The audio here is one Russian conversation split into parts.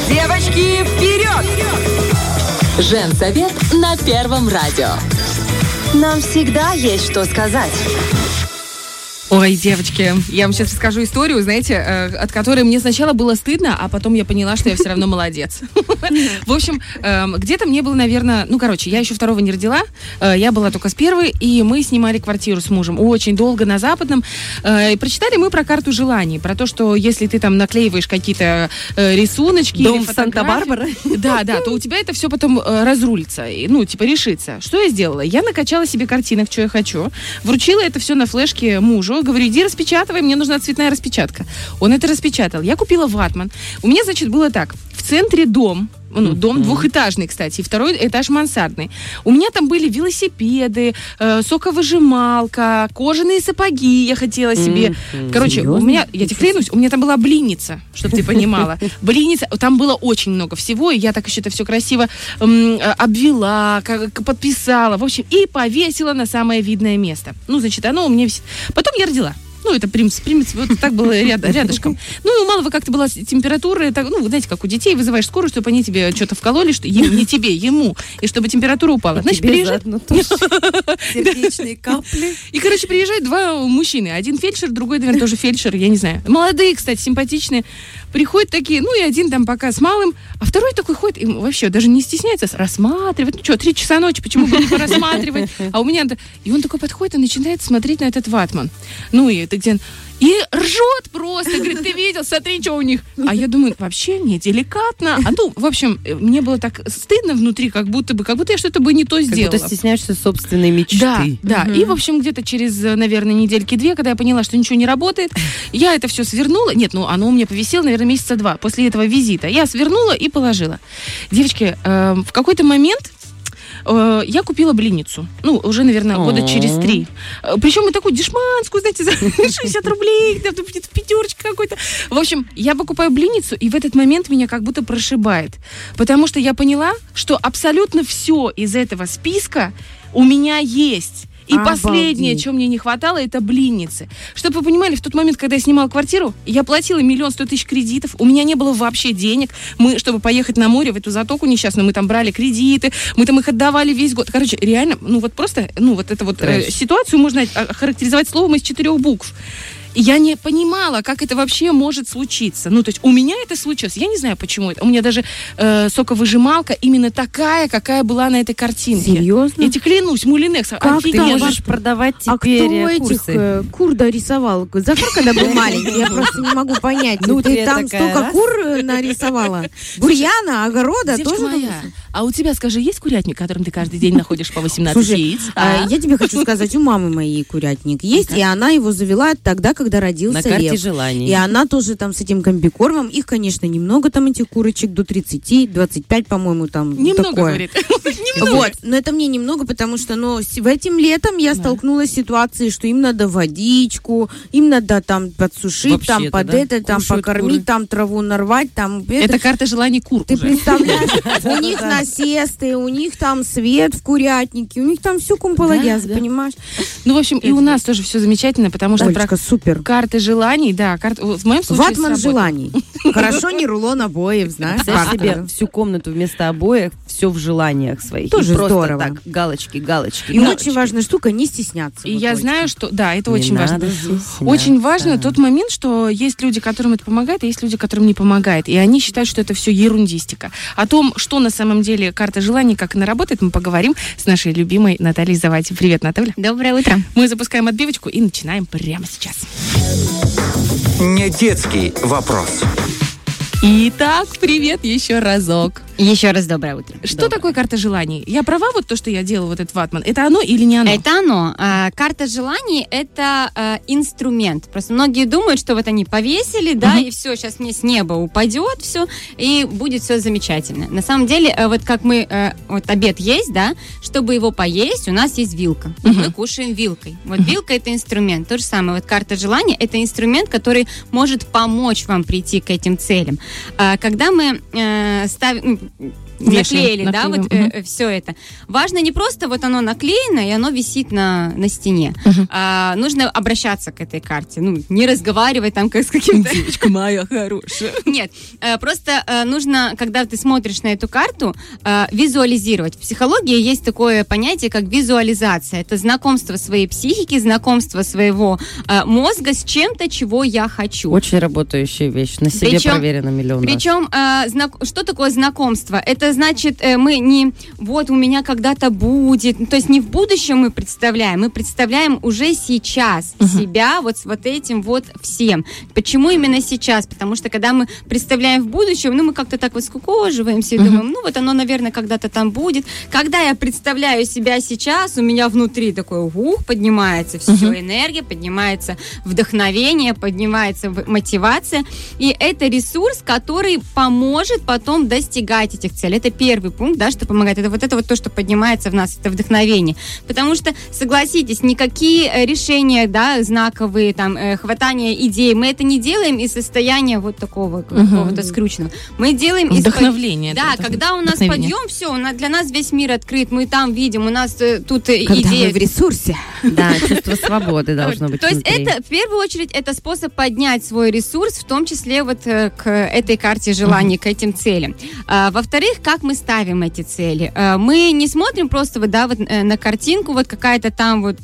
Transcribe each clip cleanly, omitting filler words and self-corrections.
Девочки, вперед! Женсовет на Первом радио. Нам всегда есть что сказать. Ой, девочки, я вам сейчас расскажу историю, знаете, от которой мне сначала было стыдно, а потом я поняла, что я все равно молодец. В общем, где-то мне было, наверное, я еще второго не родила, я была только с первой, и мы снимали квартиру с мужем очень долго на Западном. И прочитали мы про карту желаний, про то, что если ты там наклеиваешь какие-то рисуночки дом или фотографии, Санта-Барбара. да, то у тебя это все потом разрулится, решится. Что я сделала? Я накачала себе картинок, что я хочу, вручила это все на флешке мужу, говорю, иди распечатывай, мне нужна цветная распечатка. Он это распечатал. Я купила ватман. У меня, было так. В центре дом, дом двухэтажный, кстати, и второй этаж мансардный. У меня там были велосипеды, соковыжималка, кожаные сапоги я хотела себе. Серьезно? У меня, я тебе клянусь, у меня там была блинница, чтобы ты понимала. Блинница, там было очень много всего, и я так еще это все красиво обвела, подписала, в общем, и повесила на самое видное место. Оно у меня висит. Потом я родила. Это примс, вот так было рядышком. У малого как-то была температура, знаете, как у детей, вызываешь скорую, чтобы они тебе что-то вкололи, что не тебе, ему, и чтобы температура упала. Значит, приезжают сердечные капли. И, приезжают два мужчины. Один фельдшер, другой, наверное, тоже фельдшер, я не знаю. Молодые, кстати, симпатичные. Приходят такие, и один там пока с малым, а второй такой ходит, и вообще даже не стесняется рассматривать. 3 часа ночи, почему бы не порассматривать? А у меня... И он такой подходит и начинает смотреть на этот ватман. И ржет просто, говорит, ты видел, смотри, что у них. А я думаю, вообще не деликатно. В общем, мне было так стыдно внутри, как будто я что-то бы не то сделала. Как будто стесняешься собственной мечты. Да. И, в общем, где-то через, наверное, недельки-две, когда я поняла, что ничего не работает, я это все свернула. Нет, оно у меня повисело, наверное, месяца 2 после этого визита. Я свернула и положила. Девочки, в какой-то момент я купила блинницу. Уже, наверное, года через 3. Причем и такую дешманскую, знаете, за 60 рублей, в пятерочке какой-то. В общем, я покупаю блинницу, и в этот момент меня как будто прошибает. Потому что я поняла, что абсолютно все из этого списка у меня есть. И последнее, чего мне не хватало, это блинницы. Чтобы вы понимали, в тот момент, когда я снимала квартиру, я платила 1 100 000 кредитов, у меня не было вообще денег. Мы, чтобы поехать на море, в эту затоку несчастную, мы там брали кредиты, мы там их отдавали весь год. Реально, ситуацию можно охарактеризовать словом из 4 букв. И я не понимала, как это вообще может случиться. У меня это случилось. Я не знаю, почему это. У меня даже соковыжималка именно такая, какая была на этой картинке. Серьезно? Я тебе клянусь, Мулинекс. Как ты можешь продавать теперь курсы? Этих кур дорисовал? Захар, когда был маленький, я просто не могу понять. Ты там столько кур нарисовала? Бурьяна, огорода девочка тоже? Моя, а у тебя, скажи, есть курятник, в котором ты каждый день находишь по 18 яиц? Я тебе хочу сказать, у мамы моей курятник есть, и она его завела тогда, когда родился на карте Лев. желаний. И она тоже там с этим комбикормом. Их, конечно, немного там, этих курочек, до 30, 25, по-моему, там немного, такое. Говорит. Вот, но это мне немного, потому что, этим летом я столкнулась с ситуацией, что им надо водичку, им надо там подсушить, вообще-то, там покормить, куры. Там траву нарвать, там... Это карта желаний кур. Ты представляешь, у них насесты, у них там свет в курятнике, у них там все кумпологяз, понимаешь? В общем, и у нас тоже все замечательно, потому что... Олечка, супер. Карты желаний, да. В моем случае ватман желаний. Хорошо, не рулон обоев, знаешь. Представь себе всю комнату вместо обоев, все в желаниях своих. Тоже и просто здорово. Так, галочки. И очень важная штука, не стесняться. И я знаю, что... Да, это не очень важно. Стесняться. Очень важно тот момент, что есть люди, которым это помогает, а есть люди, которым не помогает. И они считают, что это все ерундистика. О том, что на самом деле карта желаний, как она работает, мы поговорим с нашей любимой Натальей Завадь. Привет, Наталья. Доброе утро. Мы запускаем отбивочку и начинаем прямо сейчас. Не детский вопрос. Итак, привет еще разок. Еще раз доброе утро. Что такое карта желаний? Я права, то, что я делала, этот ватман? Это оно или не оно? Это оно. Карта желаний – это инструмент. Просто многие думают, что они повесили, да, и все, сейчас мне с неба упадет все, и будет все замечательно. На самом деле, как мы, обед есть, да, чтобы его поесть, у нас есть вилка. Мы кушаем вилкой. Вилка – это инструмент. То же самое. Карта желаний – это инструмент, который может помочь вам прийти к этим целям. Когда мы наклеили, да, вот наклеим. все это. Важно не просто вот оно наклеено, и оно висит на стене. Нужно обращаться к этой карте. Ну, не разговаривать там как с каким-то... Девочка моя хорошая. Нет, просто нужно, когда ты смотришь на эту карту, визуализировать. В психологии есть такое понятие, как визуализация. Это знакомство своей психики, знакомство своего мозга с чем-то, чего я хочу. Очень работающая вещь. На себе проверено миллион раз. Причем, что такое знакомство? Это значит, мы не вот у меня когда-то будет, то есть не в будущем мы представляем уже сейчас себя вот с вот этим вот всем. Почему именно сейчас? Потому что когда мы представляем в будущем, мы как-то так вот скукоживаемся и думаем, вот оно, наверное, когда-то там будет. Когда я представляю себя сейчас, у меня внутри такой поднимается все, энергия, поднимается вдохновение, поднимается мотивация, и это ресурс, который поможет потом достигать этих целей. Это первый пункт, да, что помогает. Это вот то, что поднимается в нас, это вдохновение. Потому что, согласитесь, никакие решения, да, знаковые, там, хватание идей, мы это не делаем из состояния вот такого какого-то скрученного. Мы делаем из вдохновения. Да, когда у нас подъем, все, для нас весь мир открыт, мы там видим, у нас тут когда идеи. мы в ресурсе. Да, чувство свободы должно быть То есть внутри. это, в первую очередь, это способ поднять свой ресурс, в том числе вот к этой карте желаний, к этим целям. Во-вторых, как мы ставим эти цели? Мы не смотрим просто вот на картинку, вот какая-то там вот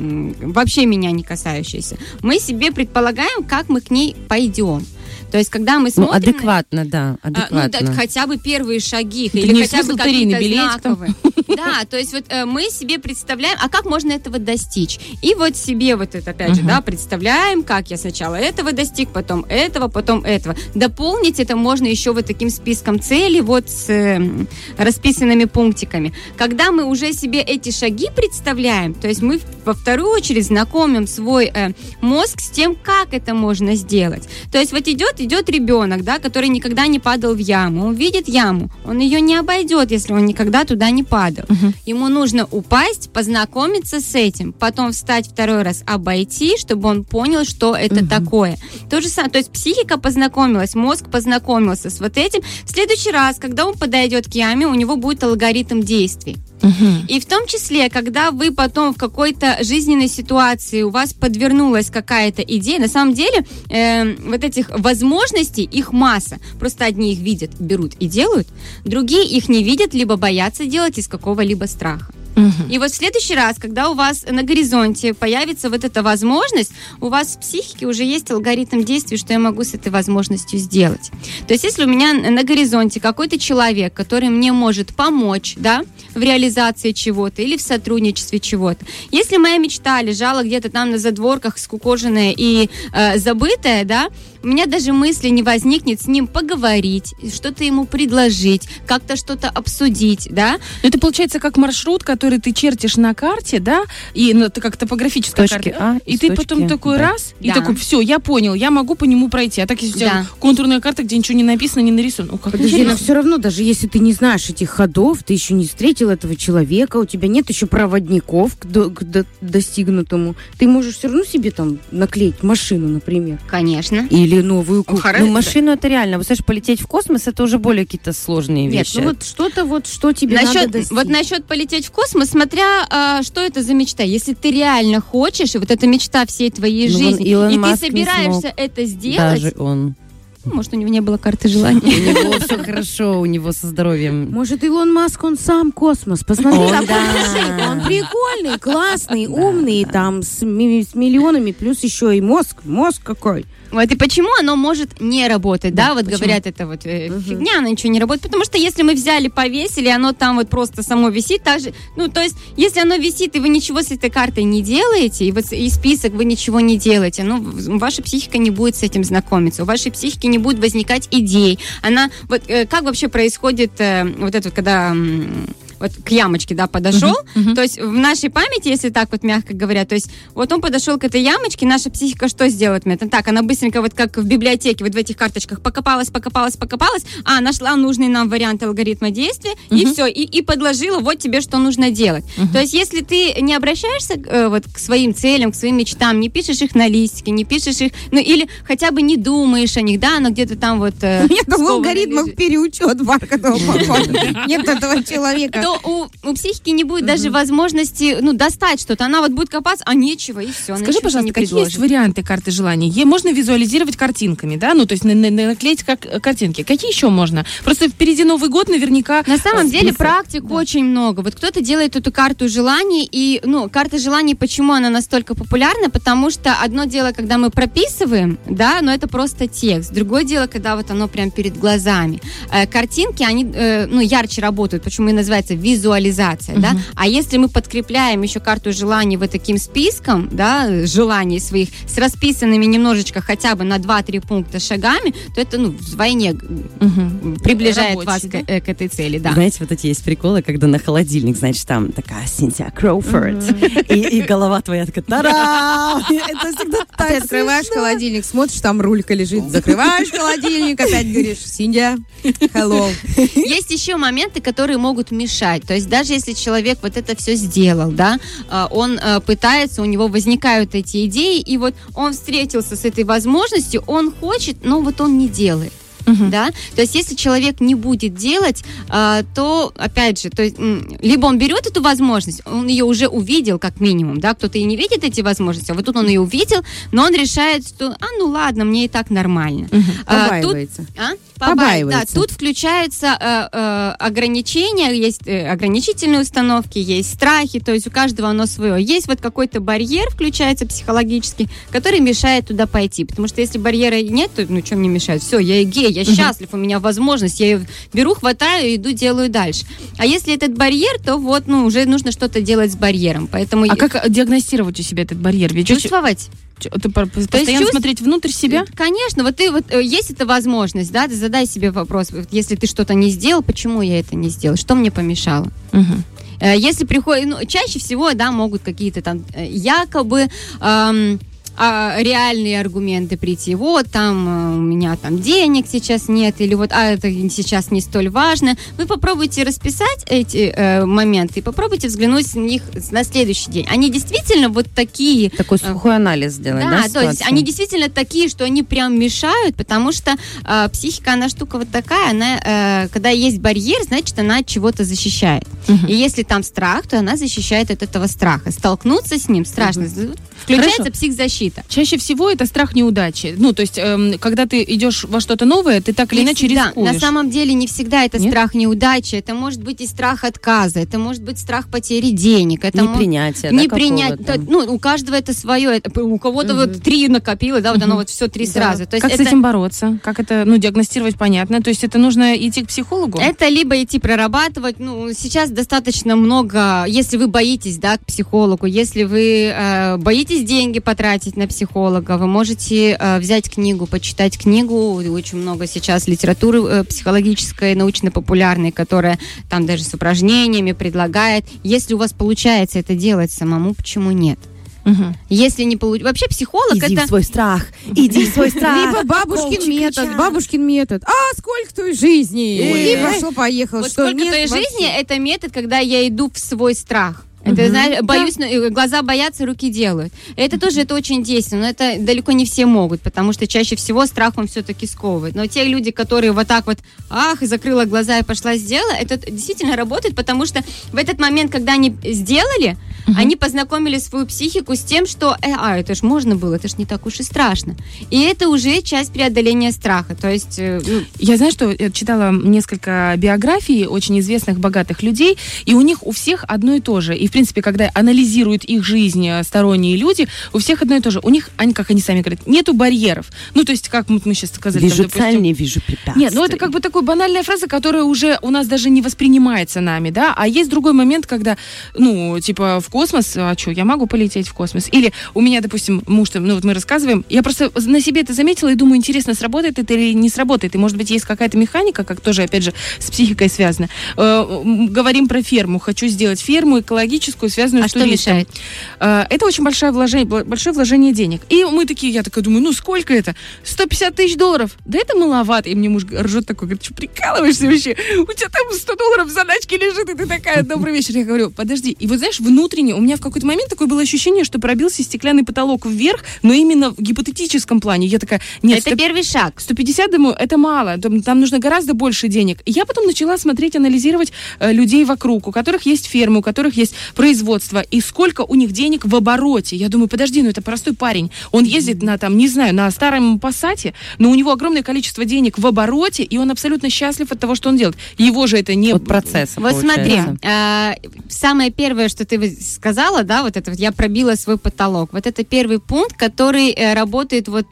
вообще меня не касающаяся. Мы себе предполагаем, как мы к ней пойдем. То есть, когда мы смотрим... адекватно, да, адекватно. Хотя бы первые шаги, Это или не хотя бы лотерейный какие-то билетик там. знаковые. Да, то есть вот мы себе представляем, а как можно этого достичь? И вот себе вот это, опять же, да, представляем, как я сначала этого достиг, потом этого, потом этого. Дополнить это можно еще вот таким списком целей, вот с расписанными пунктиками. Когда мы уже себе эти шаги представляем, то есть мы во вторую очередь знакомим свой мозг с тем, как это можно сделать. То есть вот идет ребенок, да, который никогда не падал в яму. Он видит яму, он ее не обойдет, если он никогда туда не падал. Ему нужно упасть, познакомиться с этим, потом встать второй раз, обойти, чтобы он понял, что это такое. То же самое, то есть психика познакомилась, мозг познакомился с вот этим. В следующий раз, когда он подойдет к яме, у него будет алгоритм действий. И в том числе, когда вы потом в какой-то жизненной ситуации, у вас подвернулась какая-то идея, на самом деле вот этих возможностей, их масса. Просто одни их видят, берут и делают, другие их не видят, либо боятся делать из какого-либо страха. И вот в следующий раз, когда у вас на горизонте появится вот эта возможность, у вас в психике уже есть алгоритм действий, что я могу с этой возможностью сделать. То есть если у меня на горизонте какой-то человек, который мне может помочь, да, в реализации чего-то или в сотрудничестве чего-то. Если моя мечта лежала где-то там на задворках, скукоженная и забытая, да, у меня даже мысли не возникнет с ним поговорить, что-то ему предложить, как-то что-то обсудить, да. Это получается как маршрут, который ты чертишь на карте, да, и это как топографическая Точки карта. А И ты потом такой раз, и Да. такой, все, я понял, я могу по нему пройти. А так, если у тебя Да. контурная карта, где ничего не написано, не нарисовано. Как Подожди, но интересно. все равно, даже если ты не знаешь этих ходов, ты еще не встретил этого человека, у тебя нет еще проводников к достигнутому, ты можешь все равно себе там наклеить машину, например, Конечно. или новую кухню. Ну, машину это реально. Вы знаешь, полететь в космос это уже более какие-то сложные Нет, вещи. ну вот что-то вот, что тебе надо достичь. Вот насчет полететь в космос, смотря что это за мечта. Если ты реально хочешь, и вот эта мечта всей твоей Ну, жизни, Илон и Маск ты не собираешься смог. это сделать, Даже он. может, у него не было карты У желаний. него все хорошо, у него со здоровьем. Может, Илон Маск, он сам космос. Посмотри, Он, какой да. мужик. Он прикольный, классный, умный, там, с миллионами, плюс еще и мозг. Мозг какой. Вот, и почему оно может не работать, да, вот почему? говорят, это вот фигня, оно ничего не работает, потому что если мы взяли, повесили, оно там вот просто само висит, так же, ну, то есть, если оно висит, и вы ничего с этой картой не делаете, и вот и список вы ничего не делаете, ну, ваша психика не будет с этим знакомиться, у вашей психики не будет возникать идей, она, вот, как вообще происходит вот это, когда... вот к ямочке, да, подошел, то есть в нашей памяти, если так вот мягко говоря, то есть вот он подошел к этой ямочке, наша психика что сделает? Так, она быстренько вот как в библиотеке, вот в этих карточках покопалась, нашла нужный нам вариант алгоритма действия, и все, и подложила, вот тебе что нужно делать. То есть если ты не обращаешься вот к своим целям, к своим мечтам, не пишешь их на листике, не пишешь их, ну или хотя бы не думаешь о них, да, но где-то там вот... Нет, в алгоритмах переучет бархатного похода. Нет этого человека. То у психики не будет даже возможности, достать что-то. Она вот будет копаться, а нечего, и все. Скажи, пожалуйста, какие есть варианты карты желаний? Можно визуализировать картинками, да? Ну, то есть наклеить как картинки. Какие еще можно? Просто впереди Новый год, наверняка... На самом деле практик очень много. Вот кто-то делает эту карту желаний, и, карта желаний, почему она настолько популярна? Потому что одно дело, когда мы прописываем, да, но это просто текст. Другое дело, когда вот оно прям перед глазами. Картинки, они, ярче работают, почему и называется визуализация, да? А если мы подкрепляем еще карту желаний вот таким списком, да, желаний своих, с расписанными немножечко хотя бы на 2-3 пункта шагами, то это, вдвойне приближает вас к этой цели, да. Знаете, вот эти есть приколы, когда на холодильник, значит, там такая Синтия Кроуфорд, и голова твоя такая, та-дам! Это всегда так. Ты открываешь холодильник, смотришь, там рулька лежит, закрываешь холодильник, опять говоришь, Синтия, hello. Есть еще моменты, которые могут мешать. То есть даже если человек вот это все сделал, да, он пытается, у него возникают эти идеи, и вот он встретился с этой возможностью, он хочет, но вот он не делает. Да? То есть, если человек не будет делать, то, опять же, то есть, либо он берет эту возможность, он ее уже увидел, как минимум, да, кто-то и не видит эти возможности, а вот тут он ее увидел, но он решает, что, ладно, мне и так нормально. Побаивается. Побаивается. Да, тут включаются ограничения, есть ограничительные установки, есть страхи, то есть у каждого оно свое. Есть вот какой-то барьер, включается психологический, который мешает туда пойти, потому что если барьера нет, то, что мне мешает? Все, я гей, я счастлив, у меня возможность, я ее беру, хватаю, иду, делаю дальше. А если этот барьер, то вот, уже нужно что-то делать с барьером. Поэтому как диагностировать у себя этот барьер? Ведь чувствовать. Ты постоянно смотреть внутрь себя? Конечно, вот есть эта возможность, да, ты задай себе вопрос, если ты что-то не сделал, почему я это не сделал, что мне помешало? Если приходит, чаще всего, да, могут какие-то там якобы реальные аргументы прийти. Вот там у меня там денег сейчас нет, или вот это сейчас не столь важно. Вы попробуйте расписать эти моменты и попробуйте взглянуть на них на следующий день. Они действительно вот такие... Такой сухой анализ сделать, да, ситуации? То есть они действительно такие, что они прям мешают, потому что психика, она штука вот такая, она, когда есть барьер, значит, она от чего-то защищает. И если там страх, то она защищает от этого страха. Столкнуться с ним страшно. Включается психзащита. Чаще всего это страх неудачи. То есть, когда ты идешь во что-то новое, ты так или иначе рискуешь. На самом деле не всегда это страх неудачи. Это может быть и страх отказа. Это может быть страх потери денег. Это непринятие. У каждого это свое. У кого-то вот 3 накопило, да, вот оно вот все 3 сразу. То есть как с этим бороться? Как это, диагностировать, понятно? То есть это нужно идти к психологу? Это либо идти прорабатывать. Сейчас достаточно много, если вы боитесь, да, к психологу, если вы боитесь деньги потратить на психолога, вы можете взять книгу, почитать книгу. Очень много сейчас литературы психологической, научно-популярной, которая там даже с упражнениями предлагает. Если у вас получается это делать самому, почему нет? Если не получится... Вообще психолог иди в свой страх. Иди в свой страх. Либо бабушкин метод. Сколько той жизни? И пошло-поехало. Вот сколько той жизни, это метод, когда я иду в свой страх. Это, знаешь, боюсь, глаза боятся, руки делают. Это тоже очень действенно, но это далеко не все могут, потому что чаще всего страх он все-таки сковывает. Но те люди, которые вот так вот, и закрыла глаза и пошла сделала, это действительно работает, потому что в этот момент, когда они сделали, они познакомили свою психику с тем, что, это ж можно было, это ж не так уж и страшно. И это уже часть преодоления страха. То есть... Я знаю, что я читала несколько биографий очень известных, богатых людей, и у них у всех одно и то же. И в принципе, когда анализируют их жизнь сторонние люди, у всех одно и то же. У них, как они сами говорят, нету барьеров. Ну, то есть, как мы сейчас сказали... Вижу там, допустим, цель, не вижу препятствий. Нет, ну это как бы такая банальная фраза, которая уже у нас даже не воспринимается нами, да, а есть другой момент, когда, ну, типа, в космос, а что, я могу полететь в космос? Или у меня, допустим, муж, ну, вот мы рассказываем, я просто на себе это заметила и думаю, интересно, сработает это или не сработает, и, может быть, есть какая-то механика, как тоже, опять же, с психикой связана. Говорим про ферму, хочу сделать ферму экологическую, связанную с туризмом. Что мешает? Это очень большое вложение денег. И мы такие, я такая думаю, ну, сколько это? 150 тысяч долларов. Да это маловато. И мне муж ржет такой, говорит, что прикалываешься вообще? У тебя там 100 долларов в заначке лежит, и ты такая, добрый вечер. Я говорю, подожди. И вот знаешь, внутренне у меня в какой-то момент такое было ощущение, что пробился стеклянный потолок вверх, но именно в гипотетическом плане. Я такая, нет, это первый шаг. 150, думаю, это мало. Там нужно гораздо больше денег. И я потом начала смотреть, анализировать людей вокруг, у которых есть фермы, у которых есть производство, и сколько у них денег в обороте. Я думаю, подожди, ну это простой парень. Он ездит на, там, не знаю, на старом Пассате, но у него огромное количество денег в обороте, и он абсолютно счастлив от того, что он делает. Его же это не... От процесса, Вот получается. смотри, самое первое, что ты сказала, да, вот это вот, я пробила свой потолок. Вот это первый пункт, который работает вот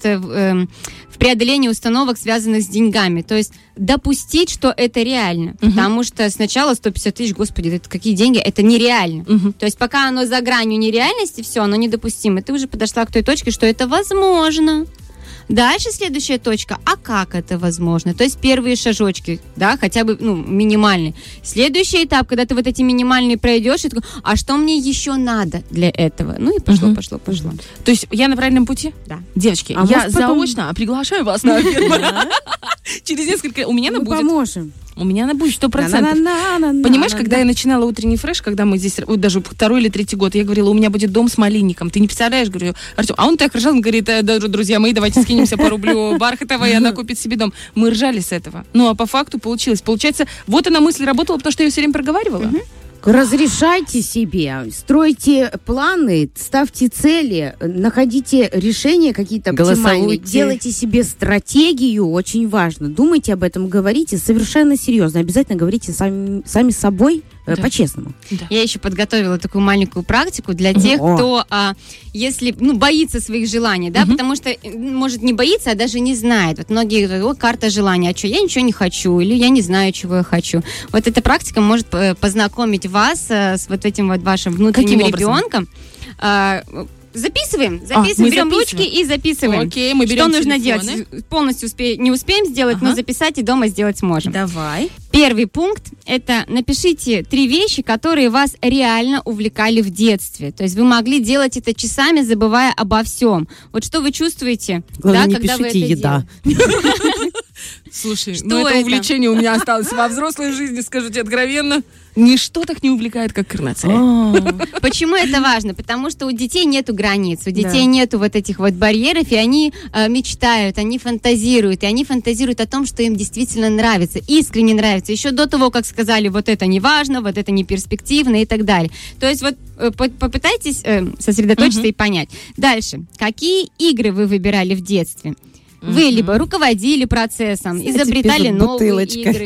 в преодолении установок, связанных с деньгами. То есть допустить, что это реально. Потому что сначала 150 тысяч, господи, это какие деньги? Это нереально. То есть пока оно за гранью нереальности, все, оно недопустимо. Ты уже подошла к той точке, что это возможно. Дальше следующая точка. А как это возможно? То есть первые шажочки, да, хотя бы, ну, минимальные. Следующий этап, когда ты вот эти минимальные пройдешь, и такой, а что мне еще надо для этого? Ну и пошло. То есть я на правильном пути? Да. Девочки, А я может, потом- заочно приглашаю вас на ферму. Через несколько... У меня она Мы будет. поможем. У меня она будет 100%. На-на-на-на-на-на. Понимаешь, когда я начинала утренний фреш, когда мы здесь, вот даже 2-й или 3-й год, я говорила, у меня будет дом с малинником. Ты не представляешь, говорю, Артем. А он так ржал, он говорит, да, друзья мои, давайте скинемся по рублю Бархатова, и она купит себе дом. Мы ржали с этого. Ну, а по факту получилось. Получается, вот она мысль работала, потому что я ее все время проговаривала. Разрешайте себе, стройте планы, ставьте цели, находите решения какие-то оптимальные, Голосуйте. делайте себе стратегию, очень важно. Думайте об этом, говорите совершенно серьезно. Обязательно говорите сами с собой по-честному. Я еще подготовила такую маленькую практику для тех, кто, если, боится своих желаний, да, потому что, может, не боится, а даже не знает. Вот многие говорят, карта желаний, а что, я ничего не хочу, или я не знаю, чего я хочу. Вот эта практика может познакомить вас с вот этим вот вашим внутренним Каким образом? ребенком. Записываем, мы берем записываем. ручки и записываем. Окей, мы берем Что нужно телефоны. делать? Полностью не успеем сделать, но записать и дома сделать сможем. Давай. Первый пункт – это напишите 3 вещи, которые вас реально увлекали в детстве. То есть вы могли делать это часами, забывая обо всем. Вот что вы чувствуете, Главное, не когда вы пишите это еда. Слушай, Что это это? увлечение у меня осталось во взрослой жизни, скажу тебе откровенно. Ничто так не увлекает, как карнация. делаете? Почему это важно? Потому что у детей нету границ, у детей нету вот этих вот барьеров, и они мечтают, они фантазируют, и они фантазируют о том, что им действительно нравится, искренне нравится, еще до того, как сказали, вот это не важно, вот это не перспективно и так далее. То есть вот попытайтесь сосредоточиться и понять. Дальше. Какие игры вы выбирали в детстве? Вы либо руководили процессом, изобретали без новые бутылочкой. игры.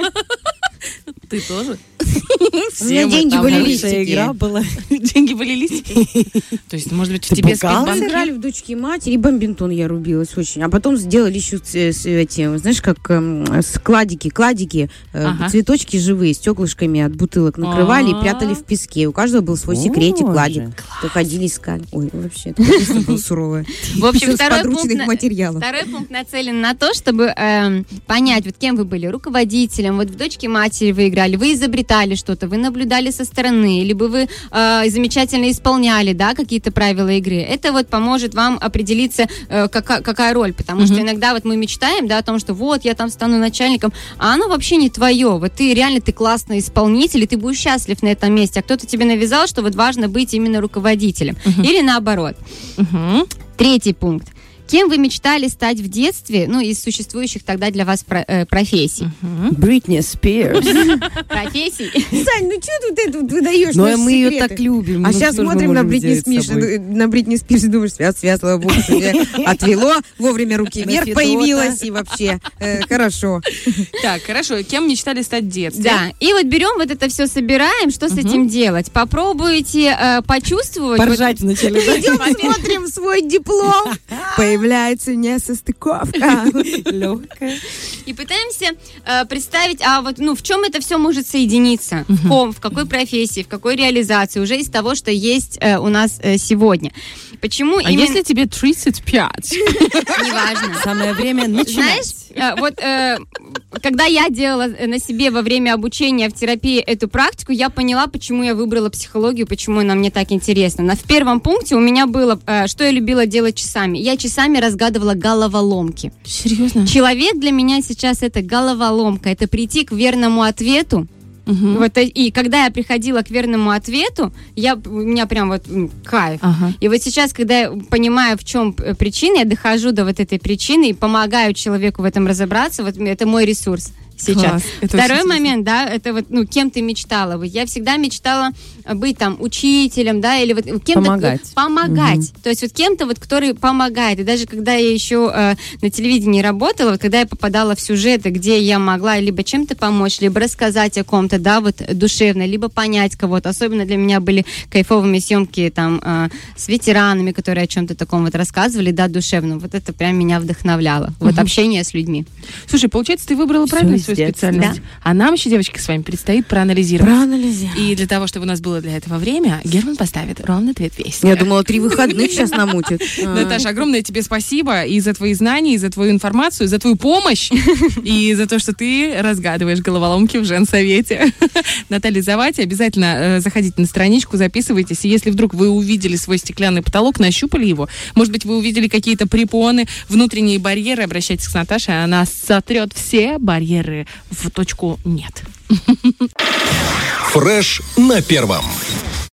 Ты тоже? У меня деньги были Хорошая листики. игра была. Деньги были листики? То есть, может быть, в тебе спит бухгалтер? банк? Играли в дочки и матери, и бомбинтон я рубилась очень. А потом сделали еще эти, знаешь, как кладики, цветочки живые, стеклышками от бутылок накрывали и прятали в песке. У каждого был свой секретик, Боже. кладик. То ходили, искали. Ой, вообще, это конечно было суровое. В общем, Всё с второй подручных материалов. пункт нацелен на то, чтобы понять, вот кем вы были, руководителем, вот в дочке матери вы играли, вы изобретали что-то, вы наблюдали со стороны, либо вы замечательно исполняли, да, какие-то правила игры. Это вот поможет вам определиться, какая роль, потому что иногда вот мы мечтаем, да, о том, что вот я там стану начальником, а оно вообще не твое. Вот ты реально, ты классный исполнитель, и ты будешь счастлив на этом месте, а кто-то тебе навязал, что вот важно быть именно руководителем. Или наоборот. Третий пункт. Кем вы мечтали стать в детстве, ну, из существующих тогда для вас профессий? Бритни Спирс. Профессий? Сань, ну что тут это вот выдаешь? Ну, наши мы ее секреты? так любим. А сейчас смотрим на Бритни Спирс и думаешь, связь, слава богу, отвело, вовремя руки вверх появилась, и вообще хорошо. Так, хорошо. Кем мечтали стать в детстве? Да, и вот берем вот это все, собираем, что с этим делать? Попробуйте почувствовать. Поржать вначале. Идем, смотрим свой диплом. Появляется несостыковка. Легкая. И пытаемся представить, а вот, ну, в чем это все может соединиться? В какой профессии, в какой реализации, уже из того, что есть у нас сегодня. Почему А именно... если тебе 35? Неважно. Самое время начинать. Знаешь, вот когда я делала на себе во время обучения в терапии эту практику, я поняла, почему я выбрала психологию, почему она мне так интересна. В первом пункте у меня было, что я любила делать часами. Я часами разгадывала головоломки. Серьезно? Человек для меня сейчас это головоломка, это прийти к верному ответу. Вот, и когда я приходила к верному ответу, у меня прям вот кайф. И вот сейчас, когда я понимаю, в чем причина, я дохожу до вот этой причины и помогаю человеку в этом разобраться, вот это мой ресурс сейчас. Второй момент, да, это вот, ну, кем ты мечтала быть. Я всегда мечтала быть там учителем, да, или вот кем-то помогать. То есть вот кем-то вот, который помогает. И даже когда я еще на телевидении работала, вот когда я попадала в сюжеты, где я могла либо чем-то помочь, либо рассказать о ком-то, да, вот душевно, либо понять кого-то. Особенно для меня были кайфовыми съемки там с ветеранами, которые о чем-то таком вот рассказывали, да, душевно. Вот это прям меня вдохновляло. Вот общение с людьми. Слушай, получается, ты выбрала правильно свою специальность. Да. А нам еще, девочки, с вами предстоит проанализировать. И для того, чтобы у нас было для этого время, Герман поставит ровно 2 песни. Я думала, 3 выходных сейчас намутит. Наташа, огромное тебе спасибо и за твои знания, и за твою информацию, и за твою помощь, и за то, что ты разгадываешь головоломки в женсовете. Наталья Завати, обязательно заходите на страничку, записывайтесь, и если вдруг вы увидели свой стеклянный потолок, нащупали его, может быть, вы увидели какие-то препоны, внутренние барьеры, обращайтесь к Наташе, она сотрет все барьеры в точку «нет». Фреш на первом.